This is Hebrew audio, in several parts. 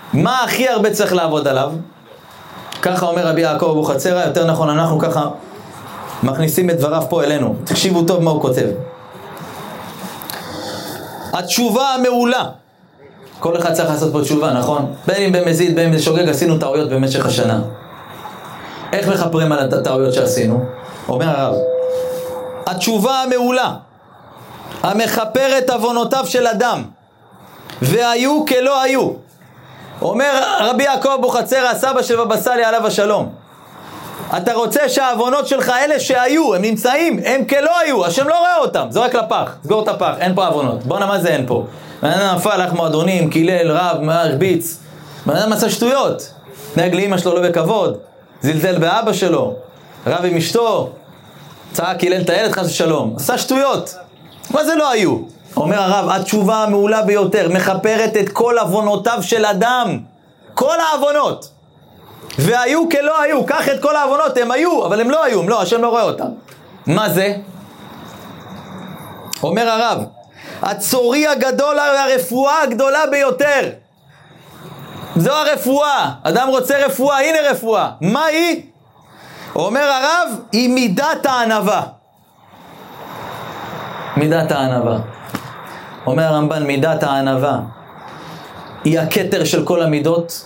מה הכי הרבה צריך לעבוד עליו? ככה אומר רבי יעקב אבוחצירא, יותר נכון אנחנו ככה מכניסים את דבריו פה אלינו. תקשיבו טוב מה הוא כותב. התשובה המעולה. כל אחד צריך לעשות פה תשובה, נכון? בין אם במזיד, בין אם בשוגג, עשינו טעויות במשך השנה. איך מחפרים על הטעויות שעשינו? אומר הרב, התשובה המעולה, המחפרת עוונותיו של אדם, והיו כלא היו. אומר רבי יעקב אבוחצירא, הסבא של בבא סאלי עליו השלום, אתה רוצה שהעוונות שלך אלה שהיו, הם נמצאים, הם כלא היו, השם לא רואה אותם, זורק לפח, סגור את הפח, אין פה עוונות. בוא נמה זה אין פה. בן נפל, הלך מועדונים, קילל, רב, הרביץ, בן אדם עשה שטויות, נהג לאמא שלו לא בכבוד, זלזל באבא שלו, רב עם אשתו, צעק, קילל את הילד, חס ושלום, עשה שטויות. מה זה לא היו? אומר הרב, התשובה המעולה ביותר, מחפרת את כל עוונותיו של אדם, כל העוונות. והיו כלא היו, קח את כל העוונות, הם היו, אבל הם לא היו, הם לא, השם לא רואה אותם. מה זה? אומר הרב, הצורי הגדול הרפואה הגדולה ביותר. זו הרפואה, אדם רוצה רפואה, הנה רפואה. מה היא? אומר הרב, היא מידת הענווה. מידת הענווה. אומר הרמב"ן, מידת הענווה היא הכתר של כל המידות,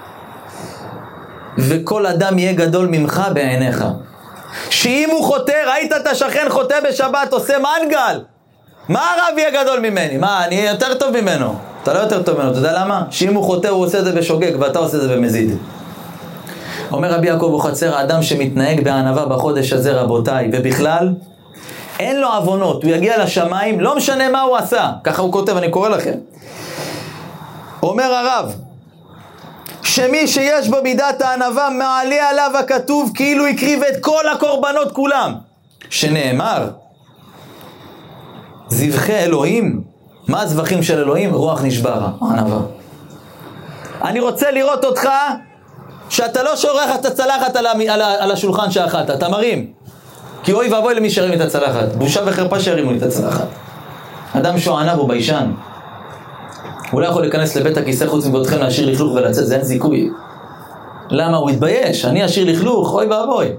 וכל אדם יהיה גדול ממך בעיניך. שאם הוא חוטא, ראית את השכן חוטא בשבת, עושה מנגל, מה הרב יהיה גדול ממני? מה, אני יותר טוב ממנו? אתה לא יותר טוב ממנו, אתה יודע למה? שאם הוא חוטא הוא עושה את זה בשוגג ואתה עושה את זה במזיד. אומר רבי יעקב אבוחצירא, האדם שמתנהג בענווה בחודש הזה, רבותיי, ובכלל אין לו עוונות, הוא יגיע לשמיים, לא משנה מה הוא עשה. ככה הוא כותב, אני קורא לכם. אומר הרב, שמי שיש בו מידת הענווה, מעלה עליו הכתוב כאילו הקריב את כל הקורבנות כולם. שנאמר, זבחי אלוהים. מה הזבחים של אלוהים? רוח נשברה, ענווה. אני רוצה לראות אותך שאתה לא שורח את הצלחת על השולחן שאכלת, אתה מרים. כי אוי ואבוי למי שרים את הצלחת. בושה וחרפה שרימו את הצלחת. אדם שהוא ענב הוא ביישן. הוא לא יכול להיכנס לבית הכיסא חוץ מבעודכם להשאיר לכלוך ולצאת, זה אין זיכוי. למה? הוא התבייש. אני אשאיר לכלוך, אוי ואבוי.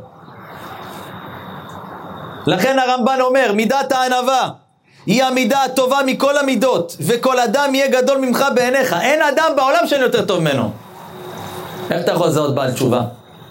לכן הרמב"ן אומר, מידת הענווה היא המידה הטובה מכל המידות, וכל אדם יהיה גדול ממך בעיניך. אין אדם בעולם שאני יותר טוב ממנו. איך אתה יכול לזהות בעל תשובה?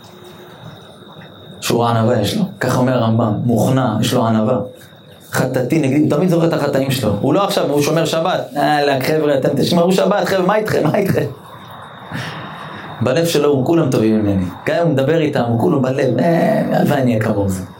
שהוא ענווה יש לו. כך אומר הרמב"ם, מוכנע, יש לו ענווה. חטאתי, נגיד, תמיד זוכר את החטאים שלו. הוא לא עכשיו, הוא שומר שבת. חבר'ה, אתם תשמרו שבת, חבר'ה, מה איתכם? מה איתכם? בלב שלו, הוא כולם טובים ממני. גם אם הוא מדבר איתם, הוא כולם בלב, הלוואי אני אהיה קרוב זה.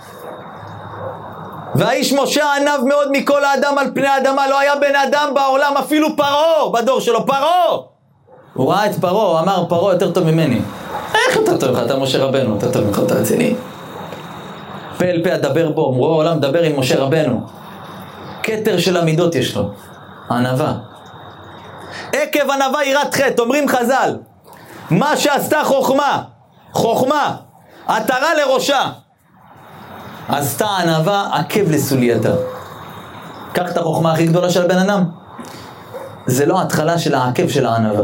והאיש משה ענב מאוד מכל האדם על פני האדמה, לא היה בן אדם בעולם, אפילו פרעה, בדור שלו, פרעה! הוא ראה את פרעה, הוא אמר, פרעה יותר טוב ממני. איך יותר טוב ממך? אתה משה רבנו, יותר טוב ממך, אתה רציני. פה אל פה אדבר בו, מורה העולם מדבר עם משה רבנו. כתר של המידות יש לו, ענווה. עקב ענווה יראת חטא, אומרים חז"ל, מה שעשתה חוכמה, עטרה לראשה, עשתה ענווה עקב לסולייתה. קח את החוכמה הכי גדולה של בן אדם, זה לא התחלה של העקב של הענווה.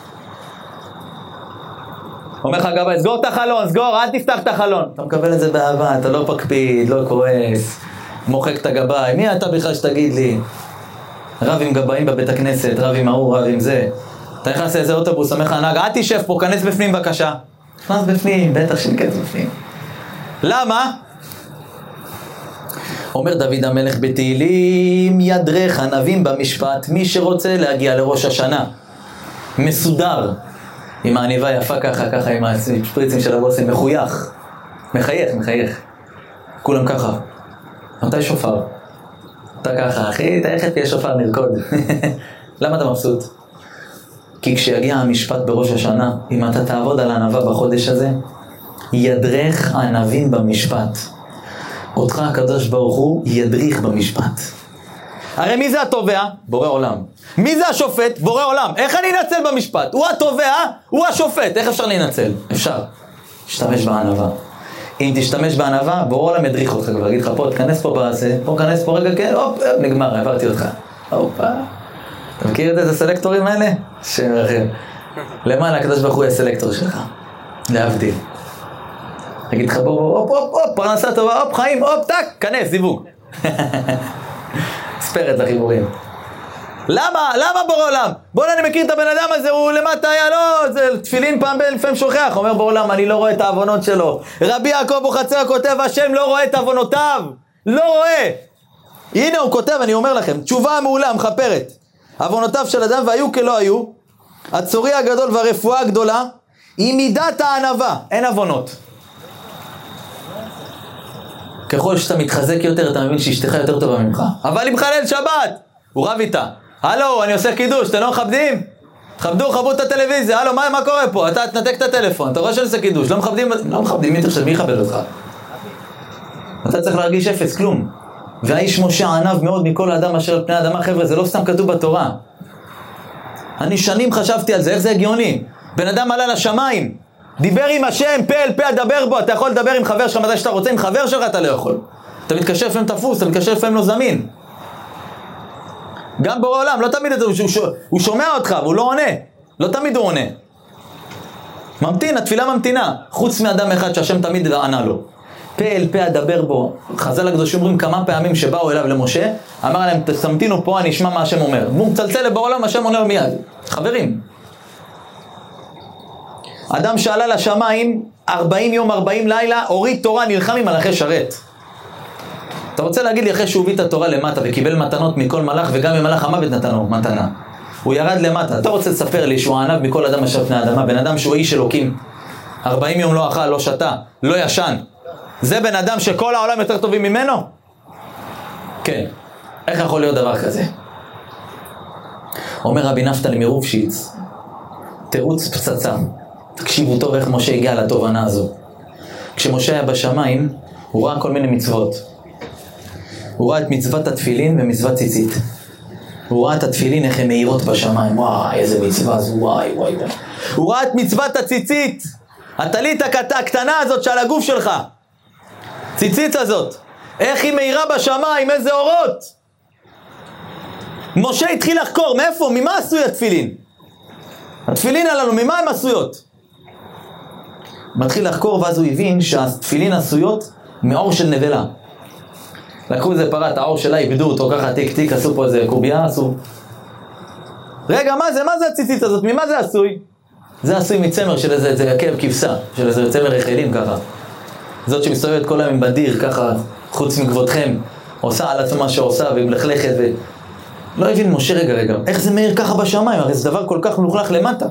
אומר לך גבאי, סגור את החלון, סגור, אל תפתח את החלון. אתה מקבל את זה באהבה, אתה לא פקפיד, לא כועס, מוחק את הגבאי. מי אתה בכלל שתגיד לי? רב עם גבאים בבית הכנסת, רב עם ההוא, רב עם זה. אתה נכנס לאיזה אוטובוס, אומר לך הנהג, אל תשב פה, כנס בפנים בבקשה. נכנס בפנים, בטח שנכנס בפנים. למה? אומר דוד המלך בתהילים, ידרך ענבים במשפט, מי שרוצה להגיע לראש השנה, מסודר, עם העניבה יפה ככה, עם השפריצים של הבוסים, מחייך. כולם ככה. מתי שופר? אתה ככה, אחי, תכף יש שופר נרקוד. למה אתה מבסוט? כי כשיגיע המשפט בראש השנה, אם אתה תעבוד על הענווה בחודש הזה, ידרך ענבים במשפט. אותך הקדוש ברוך הוא ידריך במשפט. הרי מי זה התובע? בורא עולם. מי זה השופט? בורא עולם. איך אני אנצל במשפט? הוא התובע, הוא השופט. איך אפשר להנצל? אפשר. תשתמש בענווה. אם תשתמש בענווה, בורא עולם ידריך אותך כבר. אגיד לך פה, תכנס פה בעשה, פה כנס פה רגע, כן, הופ, נגמר, העברתי אותך. הופה. אתה מכיר את זה סלקטורים האלה? שם רחם. למעלה הקדוש ברוך הוא הסלקטור שלך. להבדיל. אגיד לך בוא, הופ, פרנסה טובה, הופ, חיים, הופ, טק, כנס, זיווג. ספרת לחיבורים. למה בור עולם? בוא אני מכיר את הבן אדם הזה, הוא למטה היה לא, זה תפילין פעם בין לפעמים שוכח. אומר בור עולם, אני לא רואה את העוונות שלו. רבי יעקב אבוחצירא כותב, השם לא רואה את עוונותיו. לא רואה. הנה הוא כותב, אני אומר לכם, תשובה מעולה, מחפרת. עוונותיו של אדם והיו כלא היו, הצורי הגדול והרפואה הגדולה, היא מידת הענווה, אין עוונות. ככל שאתה מתחזק יותר, אתה מבין שאשתך יותר טובה ממך. אבל אם חלל שבת, הוא רב איתה. הלו, אני עושה קידוש, אתם לא מכבדים? חבדו את הטלוויזיה, הלו, מה קורה פה? אתה תנתק את הטלפון, אתה רואה שאני עושה קידוש, לא מכבדים, מי יכבד אותך? אתה צריך להרגיש אפס, כלום. והאיש משה ענב מאוד מכל האדם אשר על פני האדמה. חבר'ה, זה לא סתם כתוב בתורה. אני שנים חשבתי על זה, איך זה הגיוני? בן אדם עלה לשמיים, דיבר עם השם, פה אל פה, דבר בו. אתה יכול לדבר עם חבר שלך מתי שאתה רוצה, עם חבר שלך אתה לא יכול. אתה מתקשר לפעמים תפוס, אתה מתקשר לפעמים לא זמין. גם בורא עולם, לא תמיד הוא שומע אותך, והוא לא עונה. לא תמיד הוא עונה. ממתין, התפילה ממתינה. חוץ מאדם אחד שהשם תמיד ענה לו. פה אל פה אדבר בו. חז"ל הקדושים אומרים כמה פעמים שבאו אליו למשה, אמר להם, תמתינו פה, אני אשמע מה השם אומר. הוא מצלצל לבורא עולם, השם עונה לו מיד. חברים. אדם שעלה לשמיים, 40 יום, 40 לילה, הוריד תורה, נלחם עם מלאכי שרת. אתה רוצה להגיד לי אחרי שהוא הביא את התורה למטה וקיבל מתנות מכל מלאך, וגם ממלאך המוות נתנו מתנה. הוא ירד למטה. אתה רוצה לספר לי שהוא ענב מכל אדם אשר פני האדמה, בן אדם שהוא איש אלוקים. 40 יום לא אכל, לא שתה, לא ישן. זה בן אדם שכל העולם יותר טובים ממנו? כן. איך יכול להיות דבר כזה? אומר רבי נפתלי מרופשיץ, תירוץ פצצה. תקשיבו טוב איך משה הגיע לתובנה הזו. כשמשה היה בשמיים, הוא ראה כל מיני מצוות. הוא ראה את מצוות התפילין ומצוות ציצית. הוא ראה את התפילין איך הן מאירות בשמיים. וואי, איזה מצווה זו, וואי. הוא ראה את מצוות הציצית. הטלית הקטנה הזאת שעל הגוף שלך. ציצית הזאת. איך היא מאירה בשמיים, איזה אורות. משה התחיל לחקור, מאיפה? ממה עשוי התפילין? התפילין עלינו, ממה הן עשויות? מתחיל לחקור ואז הוא הבין שהתפילין עשויות מאור של נבלה. לקחו איזה פרה, את האור שלה, איבדו אותו ככה, טיק, עשו פה איזה קוביה, עשו. רגע, מה זה הציצית הזאת? ממה זה עשוי? זה עשוי מצמר של איזה עקב כבשה, של איזה צמר רחלים ככה. זאת שמסתובבת כל היום עם בדיר ככה, חוץ מכבודכם, עושה על עצמה מה שעושה ומלכלכת לא הבין משה רגע, איך זה מאיר ככה בשמיים? הרי זה דבר כל כך מלוכלך למטה.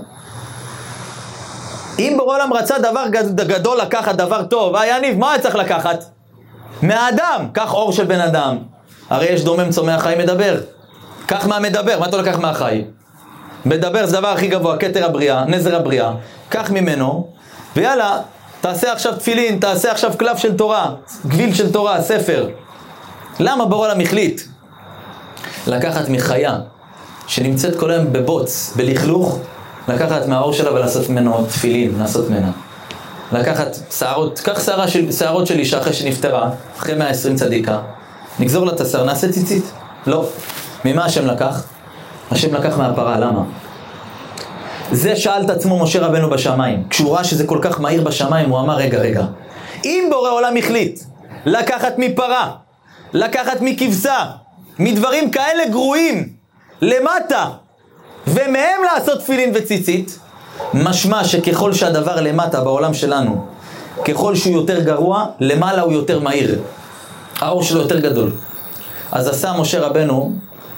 אם בורא עולם רצה דבר גדול לקחת, דבר טוב, יניב, מה היה צריך לקחת? מהאדם, קח אור של בן אדם. הרי יש דומם צומח חי מדבר. קח מהמדבר, מה אתה לקח מהחי? מדבר זה דבר הכי גבוה, כתר הבריאה, נזר הבריאה. קח ממנו, ויאללה, תעשה עכשיו תפילין, תעשה עכשיו קלף של תורה, גביל של תורה, ספר. למה בורא עולם החליט? לקחת מחיה שנמצאת כל היום בבוץ, בלכלוך, לקחת מהאור שלה ולעשות ממנו תפילין, לעשות ממנה. לקחת שערות, קח שערות של אישה אחרי שנפטרה, אחרי 120 צדיקה, נגזור לה את השיער, נעשה ציצית. לא. ממה השם לקח? השם לקח מהפרה, למה? זה שאל את עצמו משה רבנו בשמיים. כשהוא ראה שזה כל כך מהיר בשמיים, הוא אמר, רגע. אם בורא עולם החליט לקחת מפרה, לקחת מכבשה, מדברים כאלה גרועים, למטה, ומהם לעשות תפילין וציצית, משמע שככל שהדבר למטה בעולם שלנו, ככל שהוא יותר גרוע, למעלה הוא יותר מהיר. האור שלו יותר גדול. אז עשה משה רבנו,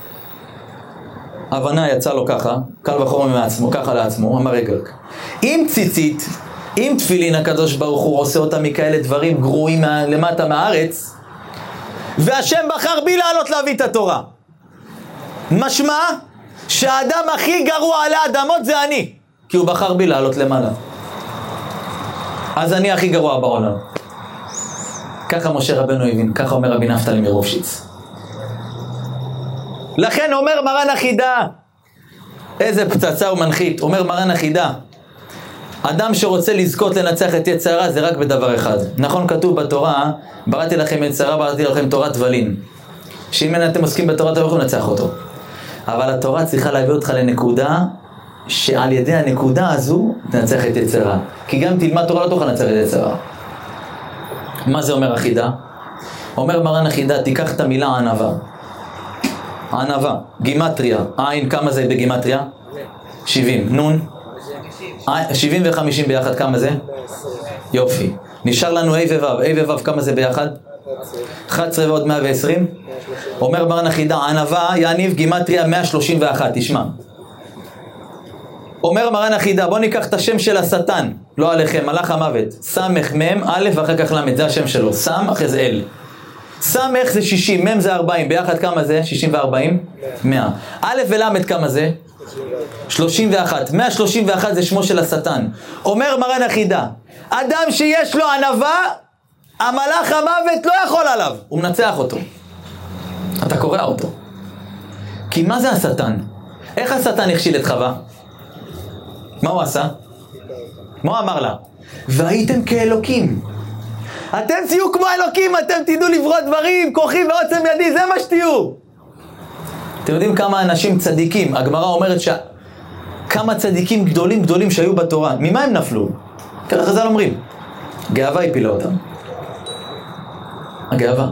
הבנה יצא לו ככה, קל וחומר מעצמו, ככה לעצמו, הוא אמר רגע. אם ציצית, אם תפילין הקדוש ברוך הוא עושה אותה מכאלה דברים גרועים למטה מהארץ, והשם בחר בי לעלות להביא את התורה. משמע שהאדם הכי גרוע על האדמות זה אני, כי הוא בחר בי לעלות למעלה. אז אני הכי גרוע בעולם. ככה משה רבנו הבין, ככה אומר רבי נפתלי מרופשיץ. לכן אומר מרן החידה, איזה פצצה הוא מנחית, אומר מרן החידה, אדם שרוצה לזכות לנצח את יצר הרע זה רק בדבר אחד. נכון כתוב בתורה, בראתי לכם יצר הרע, בראתי לכם תורת דבלים. שאם אתם עוסקים בתורה אתם יכולים לנצח אותו. אבל התורה צריכה להביא אותך לנקודה שעל ידי הנקודה הזו תנצח את יצרה. כי גם תלמד תורה לא תוכל לנצח את יצרה. מה זה אומר אחידה? אומר מרן אחידה, תיקח את המילה ענווה. ענווה, גימטריה. עין, כמה זה בגימטריה? 70. נון? 70 ו-50 ביחד, כמה זה? יופי. נשאר לנו A ו-W. A ו-W, כמה זה ביחד? 11 ועוד 120. אומר מרן אחידה, ענווה יניב גימטריה 131. תשמע. אומר מרן אחידה, בוא ניקח את השם של השטן, לא עליכם, מלאך המוות. סמך מם, א' ואחר כך למד, זה השם שלו. סם, אחרי זה אל. סמך זה 60, מם זה 40, ביחד כמה זה? 60 ו-40? 100. א' ולמד כמה זה? 31. 131 זה שמו של השטן. אומר מרן אחידה, אדם שיש לו ענווה, המלאך המוות לא יכול עליו. הוא מנצח אותו. אתה קורא אותו. כי מה זה השטן? איך השטן הכשיל את חווה? מה הוא עשה? מה הוא אמר לה? והייתם כאלוקים. אתם תהיו כמו אלוקים, אתם תדעו לברוא דברים, כוחי ועוצם ידי, זה מה שתהיו. אתם יודעים כמה אנשים צדיקים, הגמרא אומרת כמה צדיקים גדולים שהיו בתורה, ממה הם נפלו? ככה חז"ל אומרים, גאווה הפילה אותם. הגאווה.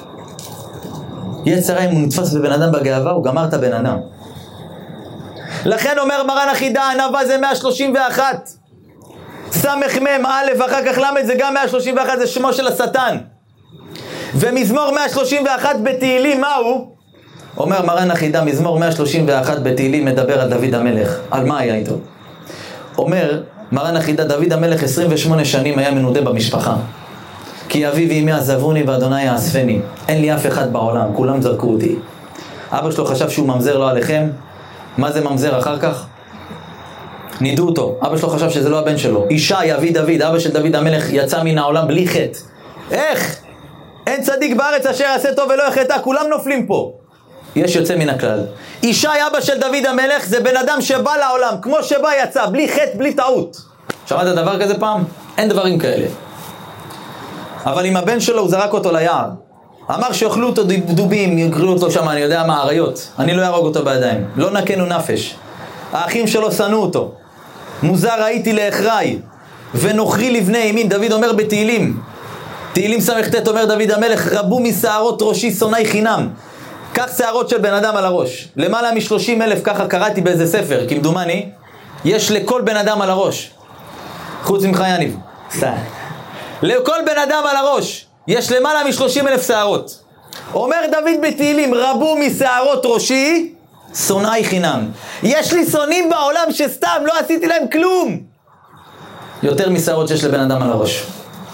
יצר אם הוא נתפס בבן אדם בגאווה, הוא גמר את הבן אדם. לכן אומר מרן אחידה, ענווה זה 131. סמך מם א' ואחר כך למד זה גם 131, זה שמו של השטן. ומזמור 131 בתהילים, מהו? אומר מרן אחידה, מזמור 131 בתהילים מדבר על דוד המלך. על מה היה איתו? אומר מרן אחידה, דוד המלך 28 שנים היה מנודה במשפחה. כי אבי ואמי עזבוני ואדוני יאספני. אין לי אף אחד בעולם, כולם זרקו אותי. אבא שלו חשב שהוא ממזר לא עליכם. מה זה ממזר אחר כך? נידו אותו. אבא שלו חשב שזה לא הבן שלו. ישי, אבי דוד, אבא של דוד המלך, יצא מן העולם בלי חטא. איך? אין צדיק בארץ אשר יעשה טוב ולא יחטא, כולם נופלים פה. יש יוצא מן הכלל. ישי, אבא של דוד המלך, זה בן אדם שבא לעולם, כמו שבא יצא, בלי חטא, בלי טעות. שמעת דבר כזה פעם? אין דברים כאלה. אבל עם הבן שלו הוא זרק אותו ליער. אמר שיאכלו אותו דובים, יקראו אותו שם, אני יודע מה, אריות. אני לא ירוג אותו בידיים. לא נקנו נפש. האחים שלו שנאו אותו. מוזר הייתי לאחראי, ונוכרי לבני ימין. דוד אומר בתהילים. תהילים סמכת אומר דוד המלך, רבו משערות ראשי שונאי חינם. כך שערות של בן אדם על הראש. למעלה מ-30,000, ככה קראתי באיזה ספר, כמדומני, יש לכל בן אדם על הראש. חוץ ממך יניב. לכל בן אדם על הראש. יש למעלה מ-30,000 שערות. אומר דוד בתהילים, רבו משערות ראשי, שונאי חינם. יש לי שונאים בעולם שסתם לא עשיתי להם כלום. יותר משערות שיש לבן אדם על הראש.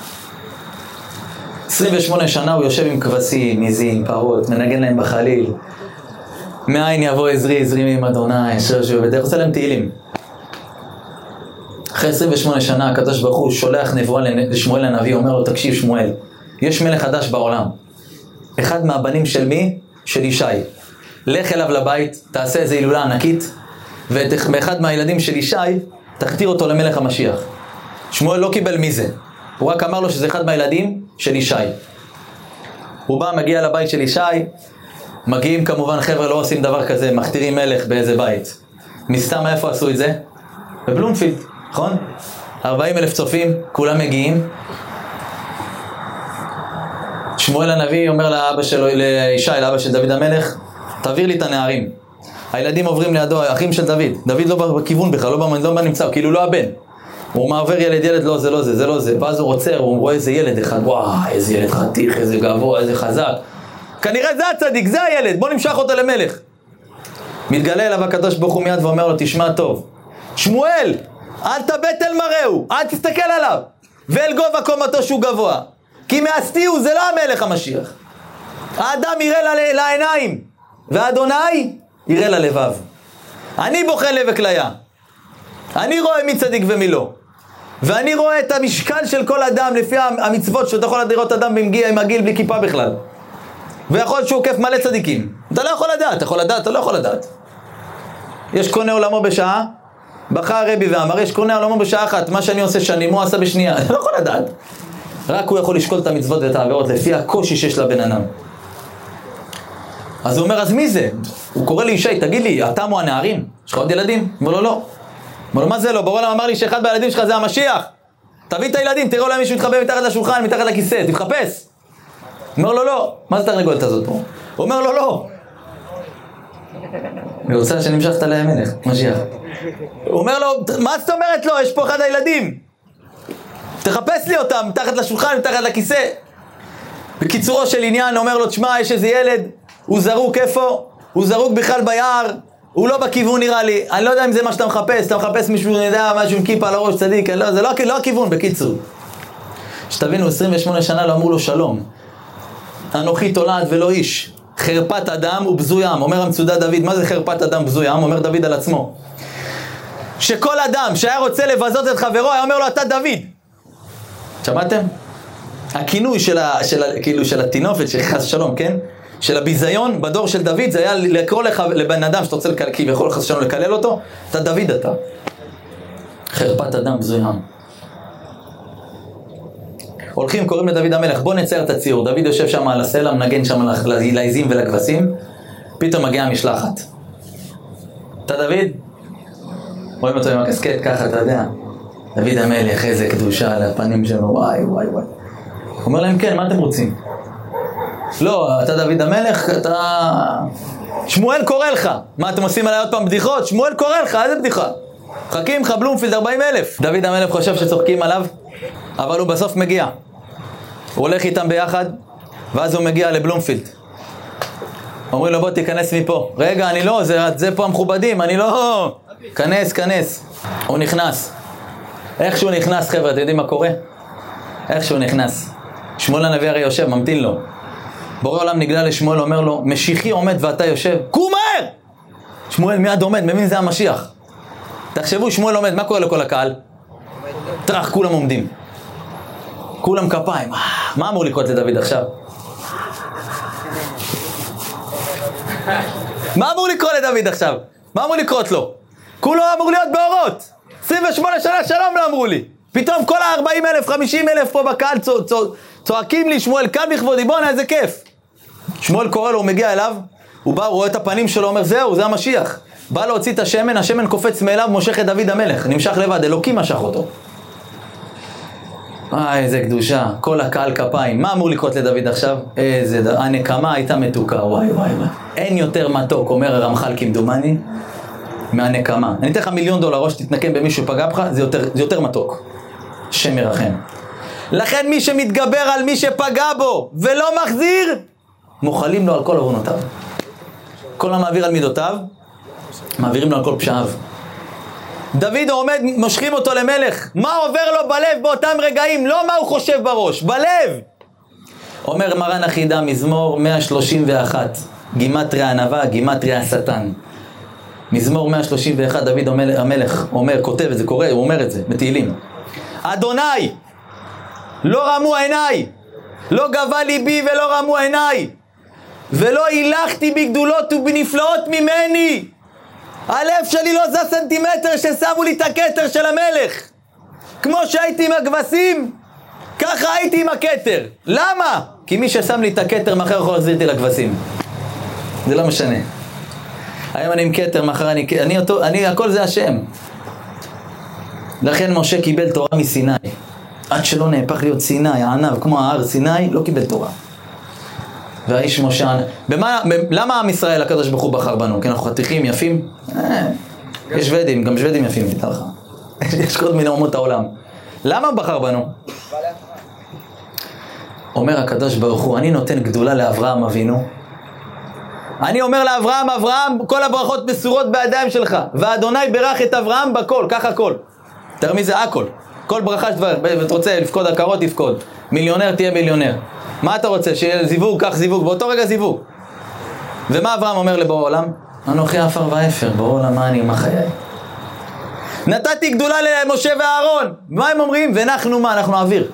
28 שנה הוא יושב עם כבשים, עיזים, פרות, מנגן להם בחליל. מאין יבוא עזרי, עזרי עם אדוני, שרשו, ודרך עושה להם תהילים. אחרי 28 שנה הקדוש ברוך הוא שולח נבואה לשמואל הנביא, אומר לו, תקשיב שמואל, יש מלך חדש בעולם. אחד מהבנים של מי? של ישי. לך אליו לבית, תעשה איזו הילולה ענקית, ואחד מהילדים של ישי, תכתיר אותו למלך המשיח. שמואל לא קיבל מי זה. הוא רק אמר לו שזה אחד מהילדים של ישי. הוא בא, מגיע לבית של ישי, מגיעים כמובן חבר'ה, לא עושים דבר כזה, מכתירים מלך באיזה בית. מסתם איפה עשו את זה? בבלומפילד, נכון? 40,000 צופים, כולם מגיעים. שמואל הנביא אומר לאבא שלו, לישי, לאבא של דוד המלך, תעביר לי את הנערים. הילדים עוברים לידו, האחים של דוד. דוד לא בכיוון בכלל, לא בנמצא, כאילו לא הבן. הוא מעבר ילד, לא זה, לא זה, זה לא זה. ואז הוא עוצר, הוא רואה איזה ילד אחד, וואי, איזה ילד חתיך, איזה גבוה, איזה חזק. כנראה זה הצדיק, זה הילד, בוא נמשך אותו למלך. מתגלה אליו הקדוש ברוך הוא מיד ואומר לו, תשמע טוב. שמואל, אל תבט אל מראהו, אל תסתכל עליו. ואל גובה קומתו שהוא גבוה. כי מעשתיהו זה לא המלך המשיח. האדם יראה לעיניים, ואדוני יראה ללבב. אני בוחן לב וכליה. אני רואה מי צדיק ומי לא. ואני רואה את המשקל של כל אדם לפי המצוות שאתה יכול לראות אדם עם הגיל בלי כיפה בכלל. ויכול שהוא עוקף מלא צדיקים. אתה לא יכול לדעת, אתה יכול לדעת, אתה לא יכול לדעת. יש קונה עולמו בשעה, בכה הרבי ואמר, יש קונה עולמו בשעה אחת, מה שאני עושה שנים, הוא עשה בשנייה. אתה לא יכול לדעת. רק הוא יכול לשקול את המצוות ואת העבירות לפי הקושי שיש לבן אדם. אז הוא אומר, אז מי זה? הוא קורא לי ישי, תגיד לי, אתה מו הנערים? יש לך עוד ילדים? הוא אומר לו, לא. אומר לו, מה זה לא? בורא עולם אמר לי שאחד בילדים שלך זה המשיח. תביא את הילדים, תראו להם מישהו מתחבא מתחת לשולחן, מתחת לכיסא, תחפש. אומר לו, לא. מה זה תרנגולת הזאת פה? הוא אומר לו, לא. הוא רוצה שנמשכת עליהם מלך, משיח. הוא אומר לו, מה זאת אומרת לא? יש פה אחד הילדים. תחפש לי אותם, מתחת לשולחן, מתחת לכיסא. בקיצורו של עניין, אומר לו, תשמע, יש איזה ילד, הוא זרוק איפה? הוא זרוק בכלל ביער, הוא לא בכיוון נראה לי. אני לא יודע אם זה מה שאתה מחפש, אתה מחפש מישהו, אני יודע, משהו עם כיפה על הראש, צדיק, לא, זה לא הכיוון, בקיצור. שתבינו, 28 שנה לא אמרו לו שלום. אנוכי תולעת ולא איש. חרפת אדם ובזוים, אומר המצודה דוד. מה זה חרפת אדם ובזוים? אומר דוד על עצמו. שכל אדם שהיה רוצה לבזות את חברו, היה אומר לו, אתה דוד. שמעתם? הכינוי של התינופת, שחס שלום, כן? של הביזיון בדור של דוד, זה היה לקרוא לבן אדם שאתה רוצה כביכול חס שלום לקלל אותו, אתה דוד אתה. חרפת אדם ובזוים. הולכים, קוראים לדוד המלך, בוא נצייר את הציור. דוד יושב שם על הסלע, מנגן שם לעיזים ולכבשים, פתאום מגיעה משלחת. אתה דוד? רואים אותו עם הקסקט ככה, אתה יודע. דוד המלך, איזה קדושה על הפנים שלו, וואי וואי וואי. הוא אומר להם, כן, מה אתם רוצים? לא, אתה דוד המלך, אתה... שמואל קורא לך. מה אתם עושים עליי עוד פעם בדיחות? שמואל קורא לך, איזה בדיחה? חכים לך בלומפילד 40,000. דוד המלך חושב שצוחקים עליו, אבל הוא בסוף מגיע. הוא הולך איתם ביחד, ואז הוא מגיע לבלומפילד. אומרים לו, בוא תיכנס מפה. רגע, אני לא, זה פה המכובדים, אני לא... כנס. הוא נכנס. איך שהוא נכנס, חבר'ה, אתם יודעים מה קורה? איך שהוא נכנס. שמואל הנביא הרי יושב, ממתין לו. בורא עולם נגלה לשמואל, אומר לו, משיחי עומד ואתה יושב. קום מהר! שמואל מיד עומד, מבין זה המשיח. תחשבו, שמואל עומד, מה קורה לכל הקהל? טרח, כולם עומדים. כולם כפיים. מה אמור לקרות לדוד עכשיו? מה אמור לקרות לדוד עכשיו? מה אמור לקרות לו? כולו אמור להיות באורות. 28 שנה שלום לא אמרו לי. פתאום כל ה-40,000, 50,000 פה בקהל צועקים לי, שמואל כאן בכבודי, בוא'נה איזה כיף. שמואל קורא לו, הוא מגיע אליו, הוא בא, הוא רואה את הפנים שלו, אומר זהו, זה המשיח. בא להוציא את השמן, השמן קופץ מאליו, מושך את דוד המלך, נמשך לבד, אלוקים משך אותו. איזה קדושה, כל הקהל כפיים. מה אמור לקרות לדוד עכשיו? הנקמה הייתה מתוקה, וואי. אין יותר מתוק, אומר הרמח"ל כמדומני, מהנקמה. אני אתן לך $1,000,000, או שתתנקם במישהו פגע בך, זה יותר מתוק. שם ירחם. לכן מי שמתגבר על מי שפגע בו ולא מחזיר, מוחלים לו על כל עוונותיו. כל המעביר על מידותיו, מעבירים לו על כל פשעיו. דוד עומד, מושכים אותו למלך. מה עובר לו בלב באותם רגעים? לא מה הוא חושב בראש, בלב. אומר מרן החידה, מזמור 131, גימטריה ענווה, גימטריה השטן. מזמור 131, דוד המלך אומר, כותב את זה, קורא, הוא אומר את זה בתהילים. אדוני, לא רמו עיניי, לא גבה ליבי ולא רמו עיניי, ולא הילכתי בגדולות ובנפלאות ממני. הלב שלי לא זה סנטימטר ששמו לי את הכתר של המלך. כמו שהייתי עם הכבשים, ככה הייתי עם הכתר. למה? כי מי ששם לי את הכתר מחר יכול להחזיר אותי לכבשים. זה לא משנה. היום אני עם כתר, מחר אני הכל זה השם. לכן משה קיבל תורה מסיני. עד שלא נהפך להיות סיני, הענב, כמו ההר סיני, לא קיבל תורה. והאיש משה, למה עם ישראל הקדוש ברוך הוא בחר בנו? כי אנחנו חתיכים יפים? יש שוודים, גם שוודים יפים, תדע לך. יש כל מיני אומות העולם. למה בחר בנו? אומר הקדוש ברוך הוא, אני נותן גדולה לאברהם אבינו. אני אומר לאברהם, אברהם, כל הברכות מסורות בידיים שלך. ואדוני ברך את אברהם בכל, כך הכל. תראה מי זה הכל. כל ברכה שדבר, אתה רוצה לפקוד הכרות, תפקוד. מיליונר, תהיה מיליונר. מה אתה רוצה? שיהיה זיווג, כך זיווג, באותו רגע זיווג. ומה אברהם אומר לבורא עולם? אנוכי עפר ואפר, בורא עולם, מה אני, מה חיי? נתתי גדולה למשה ואהרון. מה הם אומרים? ואנחנו מה? אנחנו אוויר.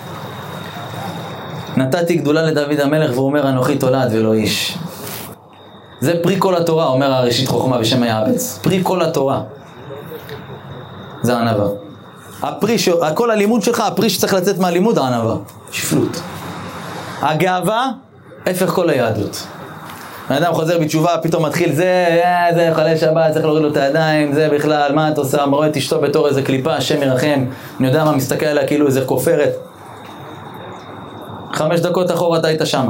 נתתי גדולה לדוד המלך, והוא אומר, אנוכי תולעת ולא איש. זה פרי כל התורה, אומר הראשית חוכמה בשם היעבץ. פרי כל התורה. זה הענווה. כל הלימוד שלך, הפרי שצריך לצאת מהלימוד, הענווה. שפלות. הגאווה, הפך כל היהדות. בן אדם חוזר בתשובה, פתאום מתחיל, זה חלל שבת, צריך להוריד לו את הידיים, זה בכלל, מה את עושה? רואה את אשתו בתור איזה קליפה, השם ירחם, אני יודע מה, מסתכל עליה כאילו איזה כופרת. 5 דקות אחורה אתה היית שמה.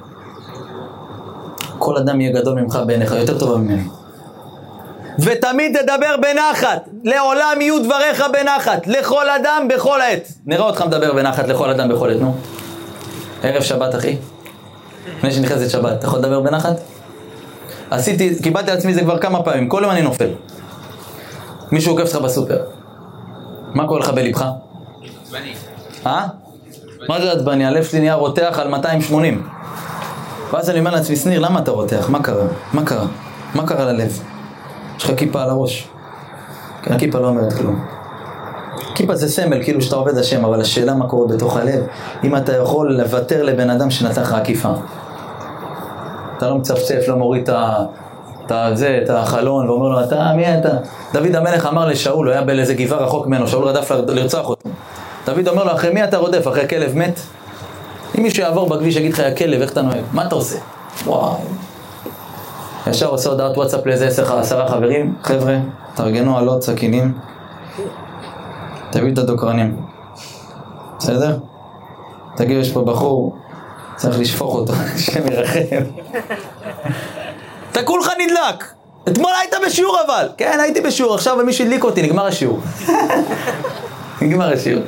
כל אדם יהיה גדול ממך בעיניך, יותר טובה ממני. ותמיד תדבר בנחת, לעולם יהיו דבריך בנחת, לכל אדם בכל עת. נראה אותך מדבר בנחת לכל אדם בכל עת, נו. ערב שבת, אחי. לפני שנכנסת שבת, אתה יכול לדבר בנחת? קיבלתי על עצמי זה כבר כמה פעמים, כל יום אני נופל. מישהו עוקף לך בסופר. מה קורה לך בלבך? עצבני. מה זה עצבני? הלב שלי נהיה רותח על 280. ואז אני אומר לעצמי, שניר, למה אתה רותח? מה קרה? מה קרה? מה קרה ללב? יש לך כיפה על הראש. כן, הכיפה לא אומרת כלום. כיפה זה סמל, כאילו שאתה עובד השם, אבל השאלה מה קורה בתוך הלב, אם אתה יכול לוותר לבן אדם שנתן לך עקיפה. אתה לא מצפצף, לא מוריד את החלון, ואומר לו, מי אתה? דוד המלך אמר לשאול, הוא היה באיזה גבעה רחוק ממנו, שאול רדף לרצוח אותו. דוד אומר לו, אחרי מי אתה רודף? אחרי הכלב מת? אם מישהו יעבור בכביש יגיד לך, הכלב, איך אתה נוהג? מה אתה עושה? וואו. ישר עושה הודעת וואטסאפ לאיזה 10 חברים, חבר'ה, תארגנו עלות, סכינים, תביאו את הדוקרנים. בסדר? תגיד, יש פה בחור, צריך לשפוך אותו, השם ירחם. אתה כולך נדלק. אתמול היית בשיעור אבל. כן, הייתי בשיעור, עכשיו מישהו הדליק אותי, נגמר השיעור. נגמר השיעור.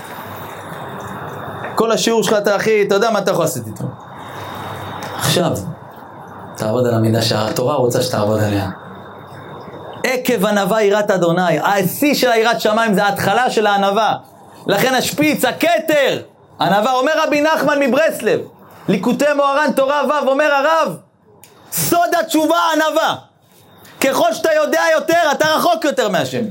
כל השיעור שלך אתה אחי, אתה יודע מה אתה יכול לעשות איתו. עכשיו, תעבוד על המידה שהתורה רוצה שתעבוד עליה. עקב ענווה יראת אדוני. השיא של היראת שמיים זה ההתחלה של הענווה. לכן השפיץ, הכתר. ענווה, אומר רבי נחמן מברסלב, ליקוטי מוהר"ן תורה ו', אומר הרב, סוד התשובה ענווה. ככל שאתה יודע יותר, אתה רחוק יותר מהשם.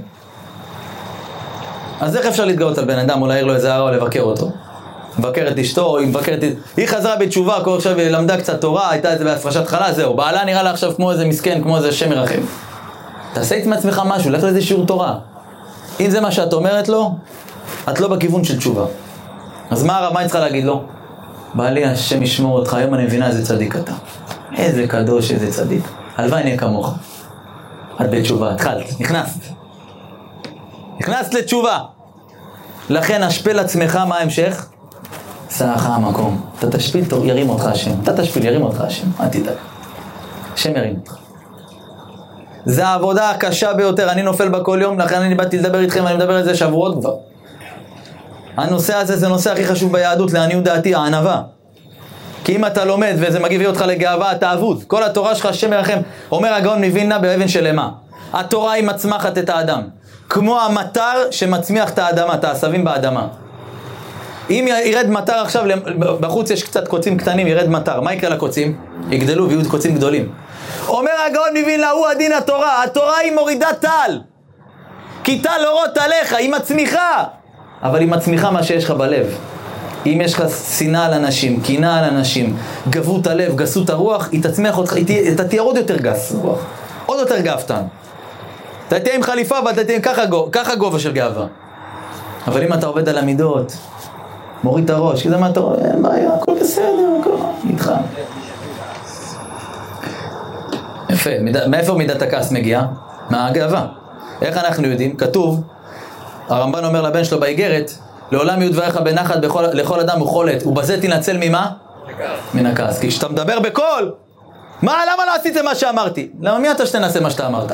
אז איך אפשר להתגאות על בן אדם, או להעיר לו איזה הערה או לבקר אותו? מבקר את אשתו, או היא מבקרת את... היא חזרה בתשובה, כל עכשיו היא למדה קצת תורה, הייתה איזה בהפרשת חלה, זהו. בעלה נראה לה עכשיו כמו איזה מסכן, כמו איזה שם ירחם. תעשה עם עצמך משהו, לך לאיזה שיעור תורה. אם זה מה שאת אומרת לו, את לא בכיוון של תשובה. אז מה היא צריכה להגיד לו? בעלי, השם ישמור אותך, היום אני מבינה איזה צדיק אתה. איזה קדוש, איזה צדיק. הלוואי נהיה כמוך. את בתשובה, התחלת, נכנסת לתשובה. לכן השפל עצמך, מה ההמשך? סעך המקום. אתה תשפיל, ירים אותך השם. אתה תשפיל, ירים אותך השם. אל תדאג. השם ירים אותך. זה העבודה הקשה ביותר. אני נופל בה כל יום, לכן אני באתי לדבר איתכם, אני מדבר על זה שבועות כבר. הנושא הזה זה הנושא הכי חשוב ביהדות, לעניות דעתי, הענווה. כי אם אתה לומד וזה מגיב אותך לגאווה, אתה אבוד. כל התורה שלך, השם ירחם, אומר הגאון מווילנה באבן שלמה. התורה היא מצמחת את האדם. כמו המטר שמצמיח את האדמה, את העשבים באדמה. אם ירד מטר עכשיו, בחוץ יש קצת קוצים קטנים, ירד מטר. מה יקרה לקוצים? יגדלו ויהיו קוצים גדולים. אומר הגאון מווילנה, הוא הדין התורה. התורה היא מורידה טל. כי טל אורות עליך, היא מצמיחה. אבל היא מצמיחה מה שיש לך בלב. אם יש לך שנאה על אנשים, קנאה על אנשים, גבות הלב, גסות הרוח, היא תצמיח אותך, אתה תהיה עוד יותר גס רוח. עוד יותר גאוותן. אתה תהיה עם חליפה, אבל אתה תהיה ככה גובה של גאווה. אבל אם אתה עובד על המידות, מוריד את הראש, כי זה מה אתה רואה, אין בעיה, הכל בסדר, הכל איתך. יפה, מאיפה מידת הכעס מגיעה? מהגאווה. איך אנחנו יודעים? כתוב, הרמב"ן אומר לבן שלו באיגרת, לעולם יהיו דבריך בנחת לכל אדם וכל עת, ובזה תנצל ממה? מן הכעס. כי כשאתה מדבר בקול, למה לא עשית מה שאמרתי? למה מי אתה שתנסה מה שאתה אמרת?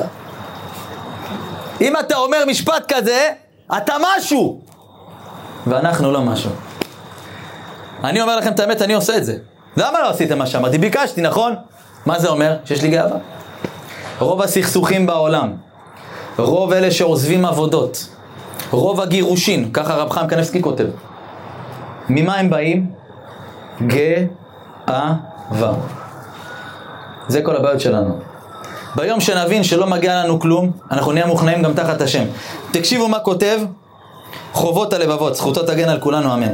אם אתה אומר משפט כזה, אתה משהו. ואנחנו לא משהו. אני אומר לכם את האמת, אני עושה את זה. למה לא עשיתם מה שאמרתי? ביקשתי, נכון? מה זה אומר? שיש לי גאווה. רוב הסכסוכים בעולם, רוב אלה שעוזבים עבודות, רוב הגירושין, ככה רב חיים קניבסקי כותב. ממה הם באים? גאווה. זה כל הבעיות שלנו. ביום שנבין שלא מגיע לנו כלום, אנחנו נהיה מוכנעים גם תחת השם. תקשיבו מה כותב חובות הלבבות, זכותו תגן על כולנו, אמן.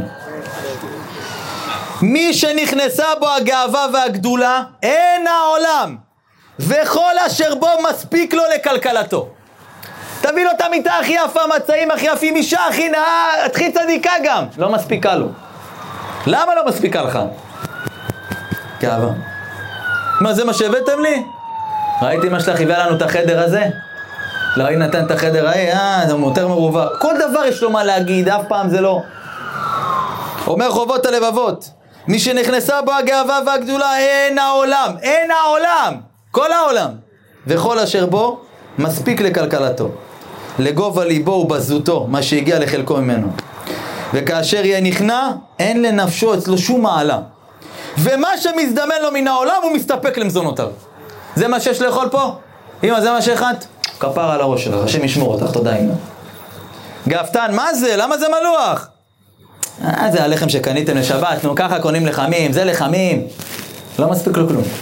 מי שנכנסה בו הגאווה והגדולה, אין העולם, וכל אשר בו מספיק לו לכלכלתו. תביא לו את המיטה הכי יפה, מצעים הכי יפים, אישה הכי נאה, הכי צדיקה גם. לא מספיקה לו. למה לא מספיקה לך? גאווה. מה זה מה שהבאתם לי? ראיתי מה שלך הביאה לנו את החדר הזה? לא, היא נתן את החדר זה יותר מרובה. כל דבר יש לו מה להגיד, אף פעם זה לא. אומר חובות הלבבות, מי שנכנסה בו הגאווה והגדולה, אין העולם, אין העולם, כל העולם, וכל אשר בו מספיק לכלכלתו, לגובה ליבו ובזותו, מה שהגיע לחלקו ממנו. וכאשר יהיה נכנע, אין לנפשו אצלו שום מעלה. ומה שמזדמן לו מן העולם, הוא מסתפק למזונותיו. זה מה שיש לאכול פה? אמא, זה מה שאכלת? כפר על הראש שלך, השם ישמור אותך, תודה אמא. גאוותן, מה זה? למה זה מלוח? זה הלחם שקניתם לשבת, נו ככה קונים לחמים, זה לחמים. לא מספיק לו כלום.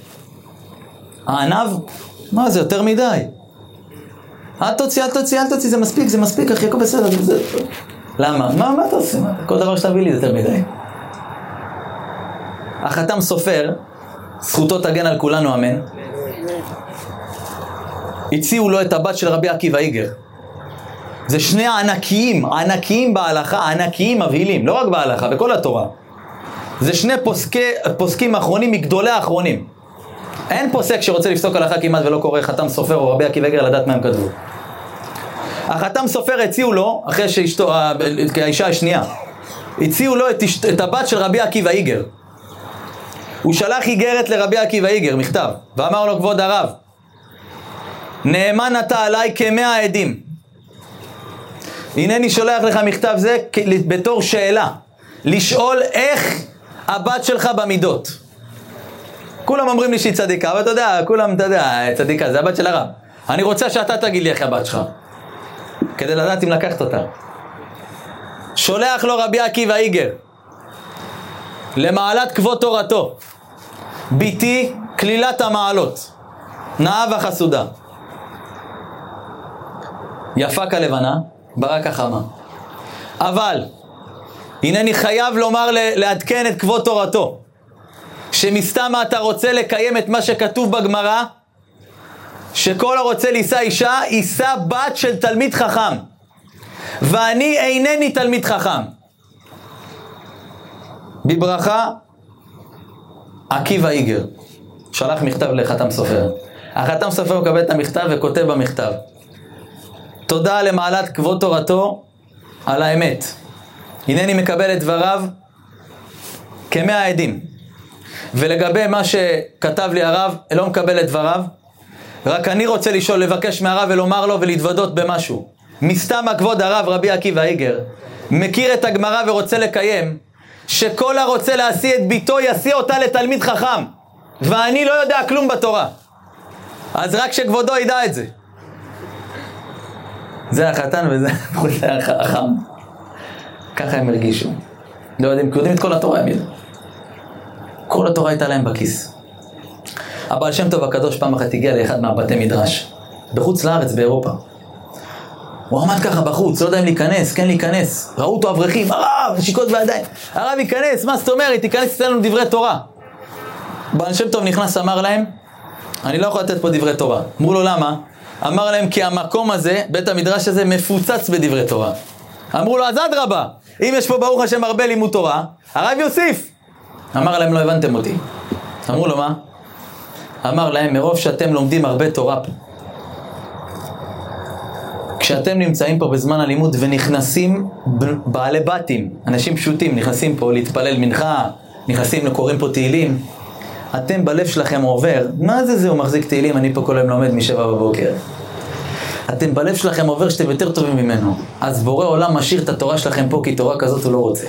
הענב? מה זה יותר מדי? אל תוציא, זה מספיק, אחי, הכל בסדר. למה? מה אתה עושה? כל דבר שתביא לי זה יותר מדי. החתם סופר, זכותו תגן על כולנו, אמן. הציעו לו את הבת של רבי עקיבא איגר. זה שני ענקיים בהלכה, ענקיים מבהילים, לא רק בהלכה, בכל התורה. זה שני פוסקים אחרונים מגדולי האחרונים. אין פוסק שרוצה לפסוק הלכה כמעט ולא קורא חתם סופר או רבי עקיבא איגר לדעת מה הם כתבו. החתם סופר הציעו לו, אחרי שאשתו, האישה השנייה, הציעו לו את הבת של רבי עקיבא איגר. הוא שלח איגרת לרבי עקיבא איגר, מכתב, ואמר לו, כבוד הרב, נאמן אתה עליי כ100 עדים. הנני שולח לך מכתב זה בתור שאלה, לשאול איך הבת שלך במידות. כולם אומרים לי שהיא צדיקה, אבל אתה יודע, צדיקה, זה הבת של הרב. אני רוצה שאתה תגיד לי איך הבת שלך, כדי לדעת אם לקחת אותה. שולח לו רבי עקיבא איגר, למעלת כבוד תורתו, ביתי כלילת המעלות, נאה וחסודה, יפה כלבנה, ברק החמה. אבל הנני חייב לומר לעדכן את כבוד תורתו, שמסתמה אתה רוצה לקיים את מה שכתוב בגמרא, שכל הרוצה לישא אישה, יישא בת של תלמיד חכם, ואני אינני תלמיד חכם. בברכה, עקיבא איגר שלח מכתב לחתם סופר. החתם סופר מקבל את המכתב וכותב במכתב, תודה למעלת כבוד תורתו על האמת. הנני מקבל את דבריו כ100 עדים. ולגבי מה שכתב לי הרב, לא מקבל את דבריו. רק אני רוצה לשאול, לבקש מהרב ולומר לו ולהתוודות במשהו. מסתם כבוד הרב רבי עקיבא איגר מכיר את הגמרא ורוצה לקיים, שכל הרוצה להשיא את ביתו ישיא אותה לתלמיד חכם. ואני לא יודע כלום בתורה. אז רק שכבודו ידע את זה. זה החתן וזה החכם. ככה הם הרגישו. לא יודעים את כל התורה הם ידעו. כל התורה הייתה להם בכיס. הבעל שם טוב הקדוש פעם אחת הגיע לאחד מהבתי מדרש, בחוץ לארץ, באירופה. הוא עמד ככה בחוץ, לא יודע אם להיכנס, כן להיכנס. ראו אותו אברכים, הרב, נשיקות בידיים. הרב ייכנס, מה זאת אומרת? תיכנס אצלנו דברי תורה. בעל שם טוב נכנס, אמר להם, אני לא יכול לתת פה דברי תורה. אמרו לו למה? אמר להם כי המקום הזה, בית המדרש הזה, מפוצץ בדברי תורה. אמרו לו, אז אדרבה, אם יש פה ברוך השם הרבה לימוד תורה, הרב יוסיף. אמר להם, לא הבנתם אותי. אמרו לו, מה? אמר להם, מרוב שאתם לומדים הרבה תורה פה, כשאתם נמצאים פה בזמן הלימוד ונכנסים בעלי בתים, אנשים פשוטים נכנסים פה להתפלל מנחה, נכנסים לקוראים פה תהילים, אתם בלב שלכם עובר, מה זה הוא מחזיק תהילים, אני פה כל היום לומד מ7 בבוקר. אתם בלב שלכם עובר שאתם יותר טובים ממנו. אז בורא עולם משאיר את התורה שלכם פה, כי תורה כזאת הוא לא רוצה.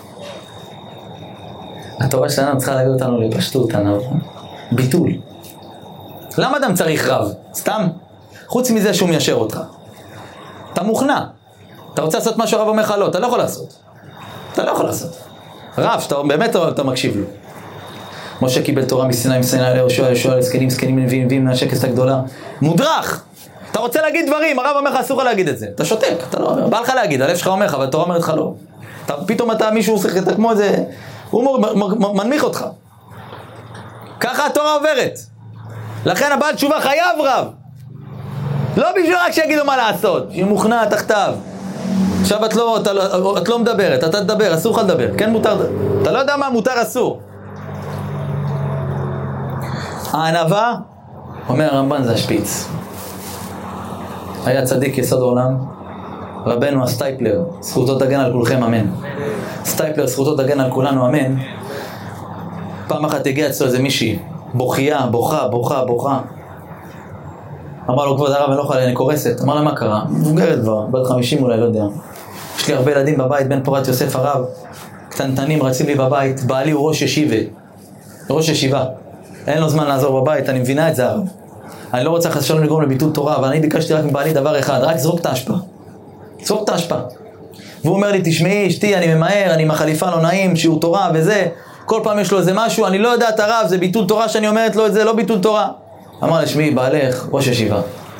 התורה שלנו צריכה להגיד אותנו לפשטות, ביטול. למה אדם צריך רב? סתם? חוץ מזה שהוא מיישר אותך. אתה מוכנע. אתה רוצה לעשות משהו, הרב אומר לך לא, אתה לא יכול לעשות. אתה לא יכול לעשות. רב, שאתה באמת אתה מקשיב לו. משה קיבל תורה מסיני ליהושע, יהושע לזקנים, זקנים נביאים מהשקס הגדולה. מודרך. אתה רוצה להגיד דברים, הרב אומר לך אסור לך להגיד את זה. אתה שותק, אתה לא אומר. בא לך להגיד, הלב שלך אומר לך, אבל התורה אומרת לך לא. פתאום מישהו עושה אתה כמו איזה, הוא מנמיך אותך. ככה התורה עוברת. לכן הבעל תשובה חייב רב. לא בשביל רק שיגידו מה לעשות. שהיא מוכנע תחתיו. עכשיו את לא מדברת, אתה תדבר, אסור לך לדבר. כן מותר, אתה לא יודע מה מותר אסור. הענווה, אומר הרמב"ן, זה השפיץ. היה צדיק יסוד העולם, רבנו הסטייפלר, זכותו תגן על כולכם, אמן. סטייפלר, זכותו תגן על כולנו, אמן. פעם אחת הגיע אצלו איזה מישהי, בוכה. אמר לו, כבוד הרב, אני לא יכולה, אני קורסת. אמר לה, מה קרה? מבוגרת כבר, בת 50 אולי, לא יודע. יש לי הרבה ילדים בבית, בן פורת יוסף הרב, קטנטנים רצים לי בבית, בעלי הוא ראש ישיבה. אין לו זמן לעזור בבית, אני מבינה את זה הרב. אני לא רוצה חס ושלום לגרום לביטול תורה, אבל אני ביקשתי רק מבעלי דבר אחד, רק זרוק את האשפה. והוא אומר לי, תשמעי, אשתי, אני ממהר, אני עם החליפה לא נעים, שיעור תורה וזה, כל פעם יש לו איזה משהו, אני לא יודעת הרב, זה ביטול תורה שאני אומרת לו את זה, לא ביטול תורה. אמר לי, שמעי, בעלך, ראש ישיבה.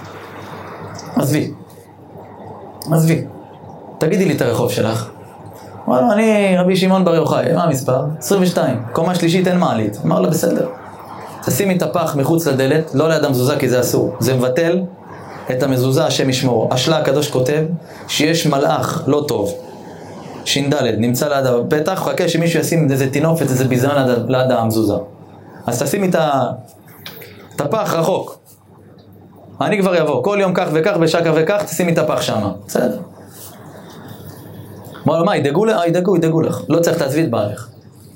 עזבי. תגידי לי את הרחוב שלך. אמר לו, אני רבי שמעון בר יוחאי, מה המספר? 22, קומה שלישית אין מעלית. אמר לו, בסדר. תשימי את הפח מחוץ לדלת, לא ליד המזוזה כי זה אסור. זה מבטל את המזוזה, השם ישמור. השלה הקדוש כותב שיש מלאך לא טוב. ש"ד, נמצא ליד הפתח, חכה שמישהו ישים איזה תינופת, איזה ביזיון ליד המזוזה. אז תשימי את הפח רחוק. אני כבר יבוא, כל יום כך וכך, בשעה כך וכך, תשימי את הפח שם. בסדר. אמר לו, מה, ידאגו לך. לא צריך תעזבי את בעלך.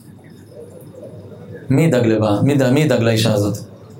מי ידאג לאישה הזאת?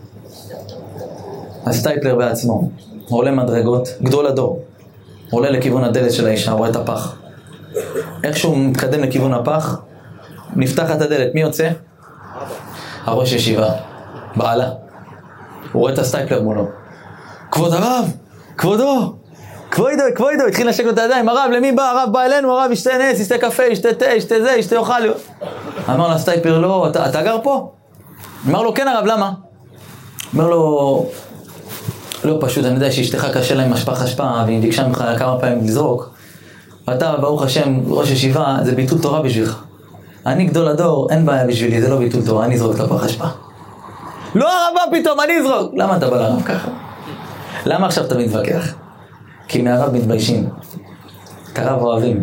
הסטייפלר בעצמו, עולה מדרגות, גדול הדור. עולה לכיוון הדלת של האישה, רואה את הפח. איך שהוא מתקדם לכיוון הפח, נפתחת הדלת, מי יוצא? הראש ישיבה, בעלה. הוא רואה את הסטייפלר מולו. כבוד הרב, כבודו, התחיל לשק לו את הידיים, הרב, למי בא? הרב בא אלינו, הרב, ישתה נס, ישתה קפה, ישתה תה, ישתה זה, ישתה אוכל. אמר לה סטייפלר, לא, אתה גר פה? אמר לו, כן הרב, למה? אמר לו, לא פשוט, אני יודע שאשתך קשה לה עם משפח אשפה, והיא ביקשה ממך כמה פעמים לזרוק, ואתה, ברוך השם, ראש ישיבה, זה ביטול תורה בשבילך. אני גדול הדור, אין בעיה בשבילי, זה לא ביטול תורה, אני אזרוק את הפח אשפה. לא הרב, מה פתאום, אני אזרוק. למה אתה בא לרב ככה? למה עכשיו אתה מתווכח? כי מהרב מתביישים. את הרב אוהבים.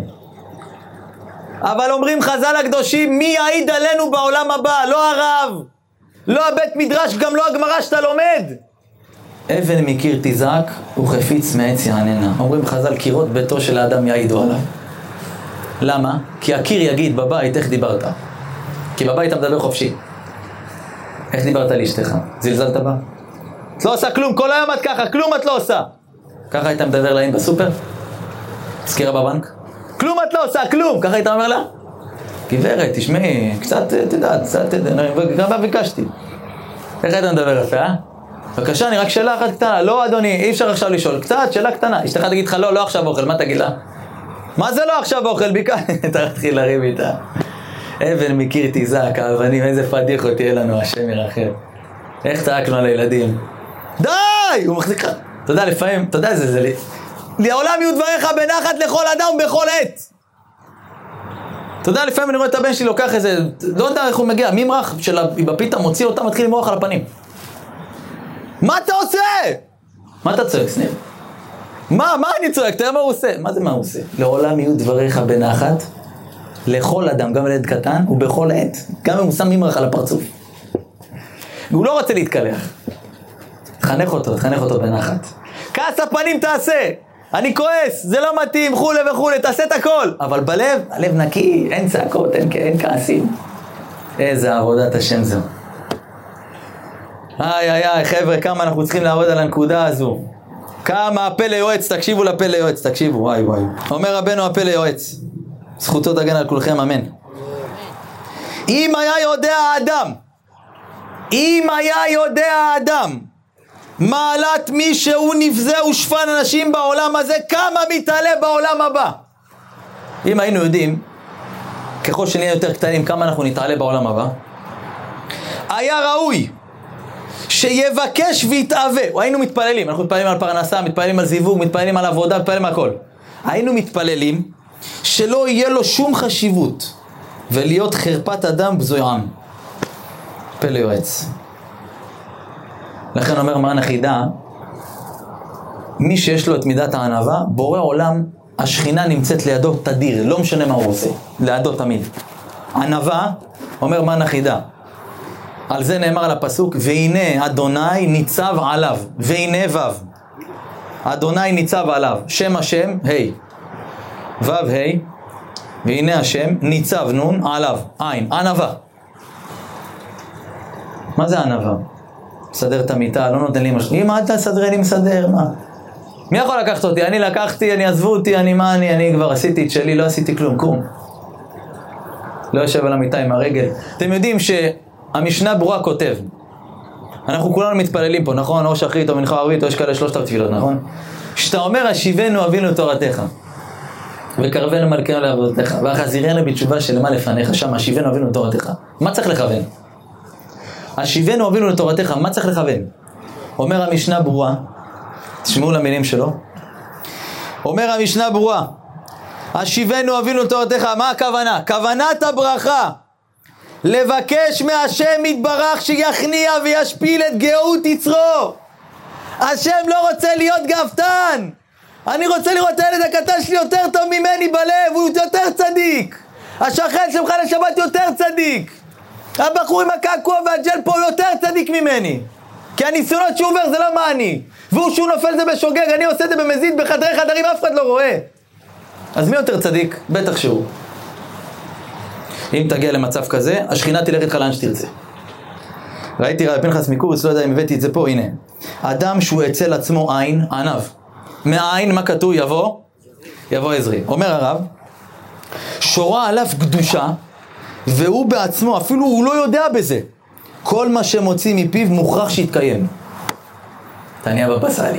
אבל אומרים חז"ל הקדושים, מי יעיד עלינו בעולם הבא? לא הרב, לא הבית מדרש, גם לא הגמרא שאתה לומד. אבן מקיר תזעק וחפיץ מעץ יעננה. אומרים חז"ל, קירות ביתו של האדם יעידו עליו. למה? כי הקיר יגיד בבית איך דיברת. כי בבית אתה מדבר חופשי. איך דיברת לאשתך? זלזלת בה? את לא עושה כלום, כל היום את ככה, כלום את לא עושה. ככה היית מדבר להם בסופר? תזכירה בבנק? כלום את לא עושה, כלום. ככה היית אומר לה? גברת, תשמעי, קצת גם ביקשתי. איך היית מדבר יפה, בבקשה, אני רק שאלה אחת קטנה. לא אדוני, אי אפשר עכשיו לשאול. קצת, שאלה קטנה. אשתך תגיד לך, לא עכשיו אוכל, מה תגיד לה? מה זה לא עכשיו אוכל? אתה תתחיל לריב איתה. אבן מקיר תזעק, האבנים, איזה פדיחות תהיה לנו, השם ירחם. איך צעקנו על הילדים? די! הוא מחזיק לך. אתה יודע, לפעמים, אתה יודע איזה זה לי. לעולם יהיו דבריך בנחת לכל אדם ובכל עת. אתה יודע, לפעמים אני רואה את הבן שלי לוקח איזה, לא יודע איך הוא מגיע, ממרח של בפיתה מוציא אותה, מתחיל למרוח על הפנים. מה אתה עושה? מה אתה צועק, סניב? מה אני צועק? תראה מה הוא עושה. מה זה מה הוא עושה? לעולם יהיו דבריך בנחת לכל אדם, גם לילד קטן ובכל עת. גם אם הוא שם ממרח על הפרצוף. והוא לא רוצה להתקלח. תחנך אותו בנחת. כעס הפנים תעשה. אני כועס, זה לא מתאים, חולה וכולי, תעשה את הכל. אבל בלב, הלב נקי, אין צעקות, אין כעסים. איזה עבודת השם זו. איי, חבר'ה, כמה אנחנו צריכים לעבוד על הנקודה הזו. כמה הפה ליועץ, תקשיבו לפה ליועץ, תקשיבו, וואי. אומר רבנו הפה ליועץ. זכותו תגן על כולכם, אמן. אם היה יודע האדם, מעלת מי שהוא נבזה ושפן אנשים בעולם הזה, כמה מתעלה בעולם הבא. אם היינו יודעים, ככל שנהיה יותר קטנים, כמה אנחנו נתעלה בעולם הבא, היה ראוי שיבקש ויתאווה. היינו מתפללים, אנחנו מתפללים על פרנסה, מתפללים על זיווג, מתפללים על עבודה, מתפללים על הכל. היינו מתפללים שלא יהיה לו שום חשיבות, ולהיות חרפת אדם בזויעם. פה ליועץ. לכן אומר מרן החידה, מי שיש לו את מידת הענווה, בורא עולם, השכינה נמצאת לידו תדיר, לא משנה מה הוא עושה, לידו תמיד. ענווה, אומר מרן החידה, על זה נאמר על הפסוק, והנה אדוני ניצב עליו, והנה וו. אדוני ניצב עליו, שם השם, ה' וו ה', והנה השם ניצב נון עליו, עין, ענווה. מה זה ענווה? מסדר את המיטה, לא נותן לי משהו. אם אתה סדר, אני מסדר, מה? מי יכול לקחת אותי? אני לקחתי, אני עזבו אותי, אני כבר עשיתי את שלי, לא עשיתי כלום, קום. לא יושב על המיטה עם הרגל. אתם יודעים שהמשנה ברורה כותב, אנחנו כולנו מתפללים פה, נכון? או שחרית או מנחה ערבית, או יש כאלה 3 תפילות, נכון? שאתה אומר, השיבנו אבינו תורתך, וקרבנו מלכנו לעבודתך, והחזירנו בתשובה שלמה לפניך, שם השיבנו אבינו תורתך. מה צריך לכוון? השיבנו אבינו לתורתך, מה צריך לכוון? אומר המשנה ברורה, תשמעו למילים שלו, אומר המשנה ברורה, השיבנו אבינו לתורתך, מה הכוונה? כוונת הברכה, לבקש מהשם יתברך שיכניע וישפיל את גאות יצרו. השם לא רוצה להיות גאוותן, אני רוצה לראות את הילד הקטן שלי יותר טוב ממני בלב, הוא יותר צדיק. השכן שלך לשבת יותר צדיק. הבחור עם הקעקוע והג'ל פה הוא יותר צדיק ממני. כי הניסיונות שהוא עובר זה לא מה אני. והוא שהוא נופל זה בשוגג, אני עושה את זה במזיד בחדרי חדרים, אף אחד לא רואה. אז מי יותר צדיק? בטח שהוא. אם תגיע למצב כזה, השכינה תלך איתך לאן שתרצה. ראיתי רבי פנחס מקורץ, לא יודע אם הבאתי את זה פה, הנה. אדם שהוא אצל עצמו עין, ענב. מהעין, מה כתוב? יבוא עזרי. אומר הרב, שורה עליו קדושה, והוא בעצמו, אפילו הוא לא יודע בזה. כל מה שמוציא מפיו מוכרח שיתקיים. תניא בבא סאלי.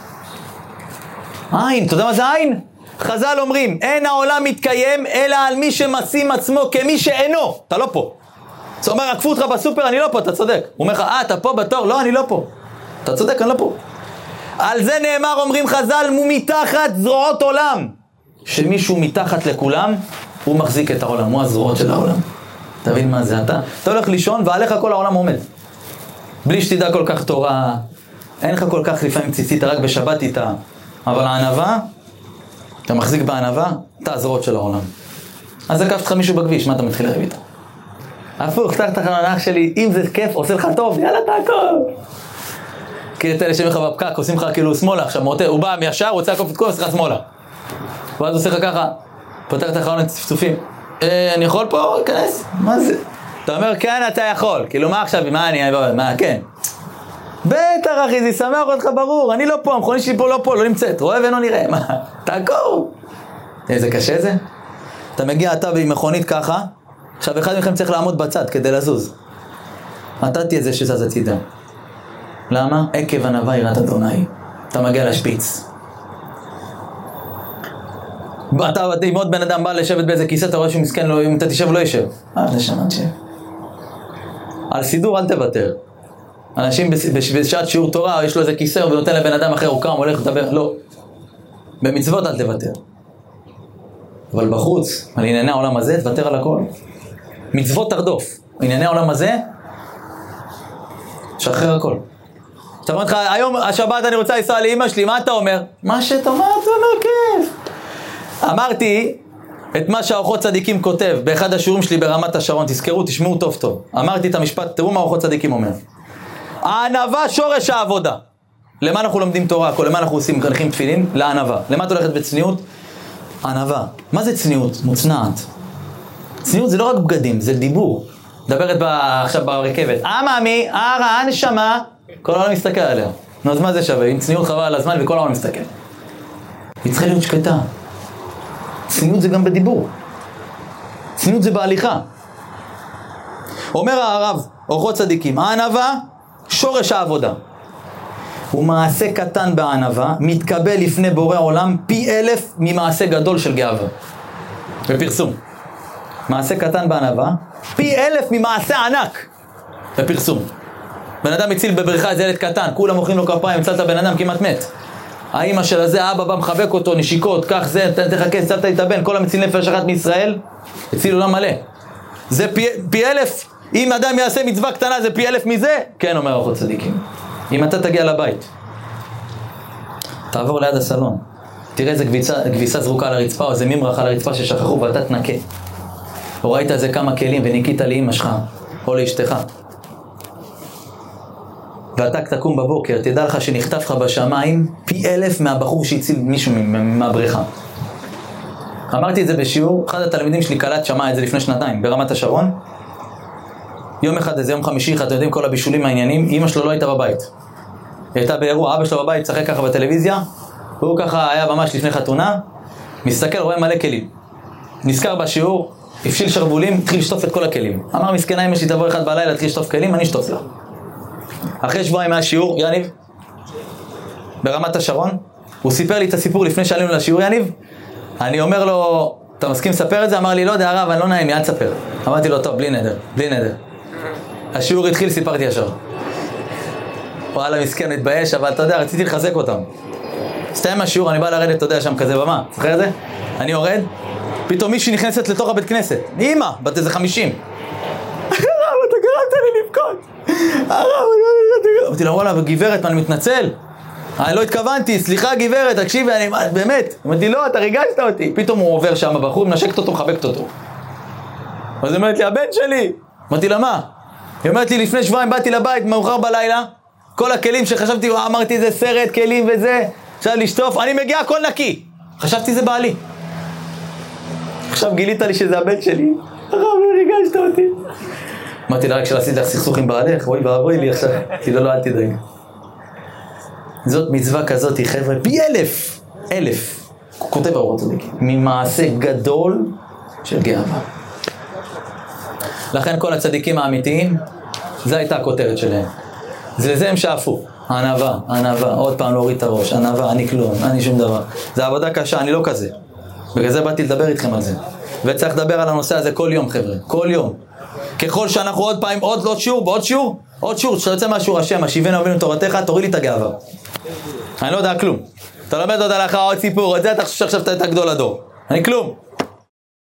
עין, אתה יודע מה זה עין? חז"ל אומרים, אין העולם מתקיים אלא על מי שמשים עצמו כמי שאינו. אתה לא פה. זאת אומרת, עקפו אותך בסופר, אני לא פה, אתה צודק. הוא אומר לך, אתה פה בתור? לא, אני לא פה. אתה צודק, אני לא פה. על זה נאמר, אומרים חז"ל, מתחת זרועות עולם. שמישהו מתחת לכולם, הוא מחזיק את העולם, הוא הזרועות של העולם. תבין מה זה? אתה הולך לישון ועליך כל העולם עומד. בלי שתדע כל כך תורה, אין לך כל כך לפעמים ציצית, רק בשבת איתה. אבל הענווה, אתה מחזיק בענווה, אתה הזרועות של העולם. אז עקפת לך מישהו בכביש, מה אתה מתחיל להביא איתה? הפוך, תחת החנך שלי, אם זה כיף, עושה לך טוב, יאללה תעקוב. כי את אלה שהם לך בפקק, עושים לך כאילו שמאלה, עכשיו הוא בא מישר, רוצה לעקוף את כל, עושה לך שמאלה. ואז עושה לך ככה, פותח את החלון צפצופים. אני יכול פה? כנס? מה זה? אתה אומר, כן, אתה יכול. כאילו, מה עכשיו? מה, כן. בטח, אחי, זה ישמח אותך ברור. אני לא פה, המכונית שלי פה, לא נמצאת. רואה ואינו נראה. מה? תעקור. איזה קשה זה? אתה מגיע אתה עם מכונית ככה, עכשיו אחד מכם צריך לעמוד בצד כדי לזוז. אתה תהיה זה שזז הצידה. למה? עקב ענווה יראת אדוני. אתה מגיע לשפיץ. אם עוד בן אדם בא לשבת באיזה כיסא, אתה רואה שהוא מסכן לו, אם אתה תשב לא ישב. זה שמת שב. על סידור אל תוותר. אנשים בשעת שיעור תורה, יש לו איזה כיסא ונותן לבן אדם אחר, הוא קם, הולך לדבר, לא. במצוות אל תוותר. אבל בחוץ, על ענייני העולם הזה, תוותר על הכל. מצוות תרדוף. ענייני העולם הזה, שחרר הכל. עכשיו אומרת לך, היום השבת אני רוצה לנסוע לאמא שלי, מה אתה אומר? מה שאתה אומר, אתה אומר כיף. אמרתי את מה שהאורחות צדיקים כותב באחד השיעורים שלי ברמת השרון, תזכרו, תשמעו טוב טוב. אמרתי את המשפט, תראו מה האורחות צדיקים אומר. הענווה שורש העבודה. למה אנחנו לומדים תורה? למה אנחנו עושים חניכים תפילין? לענווה. למה את הולכת בצניעות? ענווה. מה זה צניעות? מוצנעת. צניעות זה לא רק בגדים, זה דיבור. מדברת עכשיו ברכבת. מאמי, רעה, נשמה. כל העולם מסתכל עליה. נו, אז מה זה שווה? עם צניעות חבל על הזמן וכל העולם מסתכל. היא צריכה להיות שקטה. צניעות זה גם בדיבור. צניעות זה בהליכה. אומר הרב, אורחות צדיקים, הענווה, שורש העבודה. ומעשה קטן בענווה, מתקבל לפני בורא עולם פי 1000 ממעשה גדול של גאווה. בפרסום. מעשה קטן בענווה, פי 1000 ממעשה ענק. בפרסום. בן אדם הציל בבריכה איזה ילד קטן, כולם מוחאים לו כפיים, הצלת בן אדם כמעט מת. האמא של הזה, האבא בא מחבק אותו, נשיקות, כך זה, תחכה, הצלת את הבן, כל המציל נפש אחת מישראל, הציל עולם מלא. זה פי 1000, אם אדם יעשה מצווה קטנה, זה פי 1000 מזה? כן, אומר אורחות צדיקים. אם אתה תגיע לבית, תעבור ליד הסלון, תראה איזה כביסה זרוקה על הרצפה, או איזה ממרח על הרצפה ששכחו, ואתה תנקה. או ראית איזה כמה כלים וניקית לאמא שלך, או לאשתך. ואתה תקום בבוקר, תדע לך שנכתב לך בשמיים פי 1000 מהבחור שהציל מישהו מהבריכה. אמרתי את זה בשיעור, אחד התלמידים שלי קלט שמע את זה לפני 2 ברמת השרון. יום אחד, איזה יום חמישי, אתם יודעים כל הבישולים העניינים, אמא שלו לא הייתה בבית. היא הייתה באירוע, אבא שלו בבית, צחק ככה בטלוויזיה, והוא ככה היה ממש לפני חתונה, מסתכל, רואה מלא כלים. נזכר בשיעור, הפשיל שרבולים, התחיל לשטוף את כל הכלים. אמר, מסכנה אמא שלי תבוא אחד בלילה, התחיל לשטוף כלים, אני אשטוף לה. אחרי שבועיים מהשיעור, יניב, ברמת השרון, הוא סיפר לי את הסיפור לפני שעלינו לשיעור, יניב. אני אומר לו, אתה מסכים לספר את זה? אמר לי, לא יודע הרב, אני לא נעים, יד ספר. אמרתי לו, טוב, בלי נדר, בלי נדר. השיעור התחיל, סיפרתי ישר. וואלה, מסכן, מתבייש, אבל אתה יודע, רציתי לחזק אותם. סתם השיעור, אני בא לרדת, אתה יודע, שם כזה במה. זוכר את זה? אני יורד, פתאום מישהי נכנסת לתוך הבית כנסת. אמא, בת איזה 50. הרב, אתה גרמת לי לבכות. הרב, אמרתי לה, וואלה, גברת, אני מתנצל. אני לא התכוונתי, סליחה גברת, תקשיבי, אני באמת. אמרתי, לא, אתה ריגשת אותי. פתאום הוא עובר שם, בחור, מנשקת אותו, מחבקת אותו. אז היא אומרת לי, הבן שלי. אמרתי לה, מה? היא אומרת לי, לפני שבועיים באתי לבית, מאוחר בלילה, כל הכלים שחשבתי, אמרתי, זה סרט, כלים וזה, עכשיו לשטוף, אני מגיע, הכל נקי. חשבתי, זה בעלי. עכשיו גילית לי שזה הבן שלי. הרב, לא ריגשת אותי. אמרתי לה, רק שעשיתי לך סכסוך עם בעלך, אוי ואבוי לי עכשיו. אמרתי לו, לא, אל תדאג. זאת מצווה כזאת, חבר'ה, פי 1000. הוא כותב באורות צדיקים. ממעשה גדול של גאווה. לכן כל הצדיקים האמיתיים, זו הייתה הכותרת שלהם. לזה הם שאפו. ענווה, עוד פעם להוריד את הראש. ענווה, אני כלום, אני שום דבר. זה עבודה קשה, אני לא כזה. בגלל זה באתי לדבר איתכם על זה. וצריך לדבר על הנושא הזה כל יום, חבר'ה. כל יום. ככל שאנחנו עוד פעם, עוד שיעור, שאתה יוצא מהשיעור השם, השיבנו אבינו תורתך, תוריד לי את הגאווה. אני לא יודע כלום. אתה לומד עוד הלכה, עוד סיפור, את זה אתה חושב שעכשיו אתה גדול הדור. אני כלום.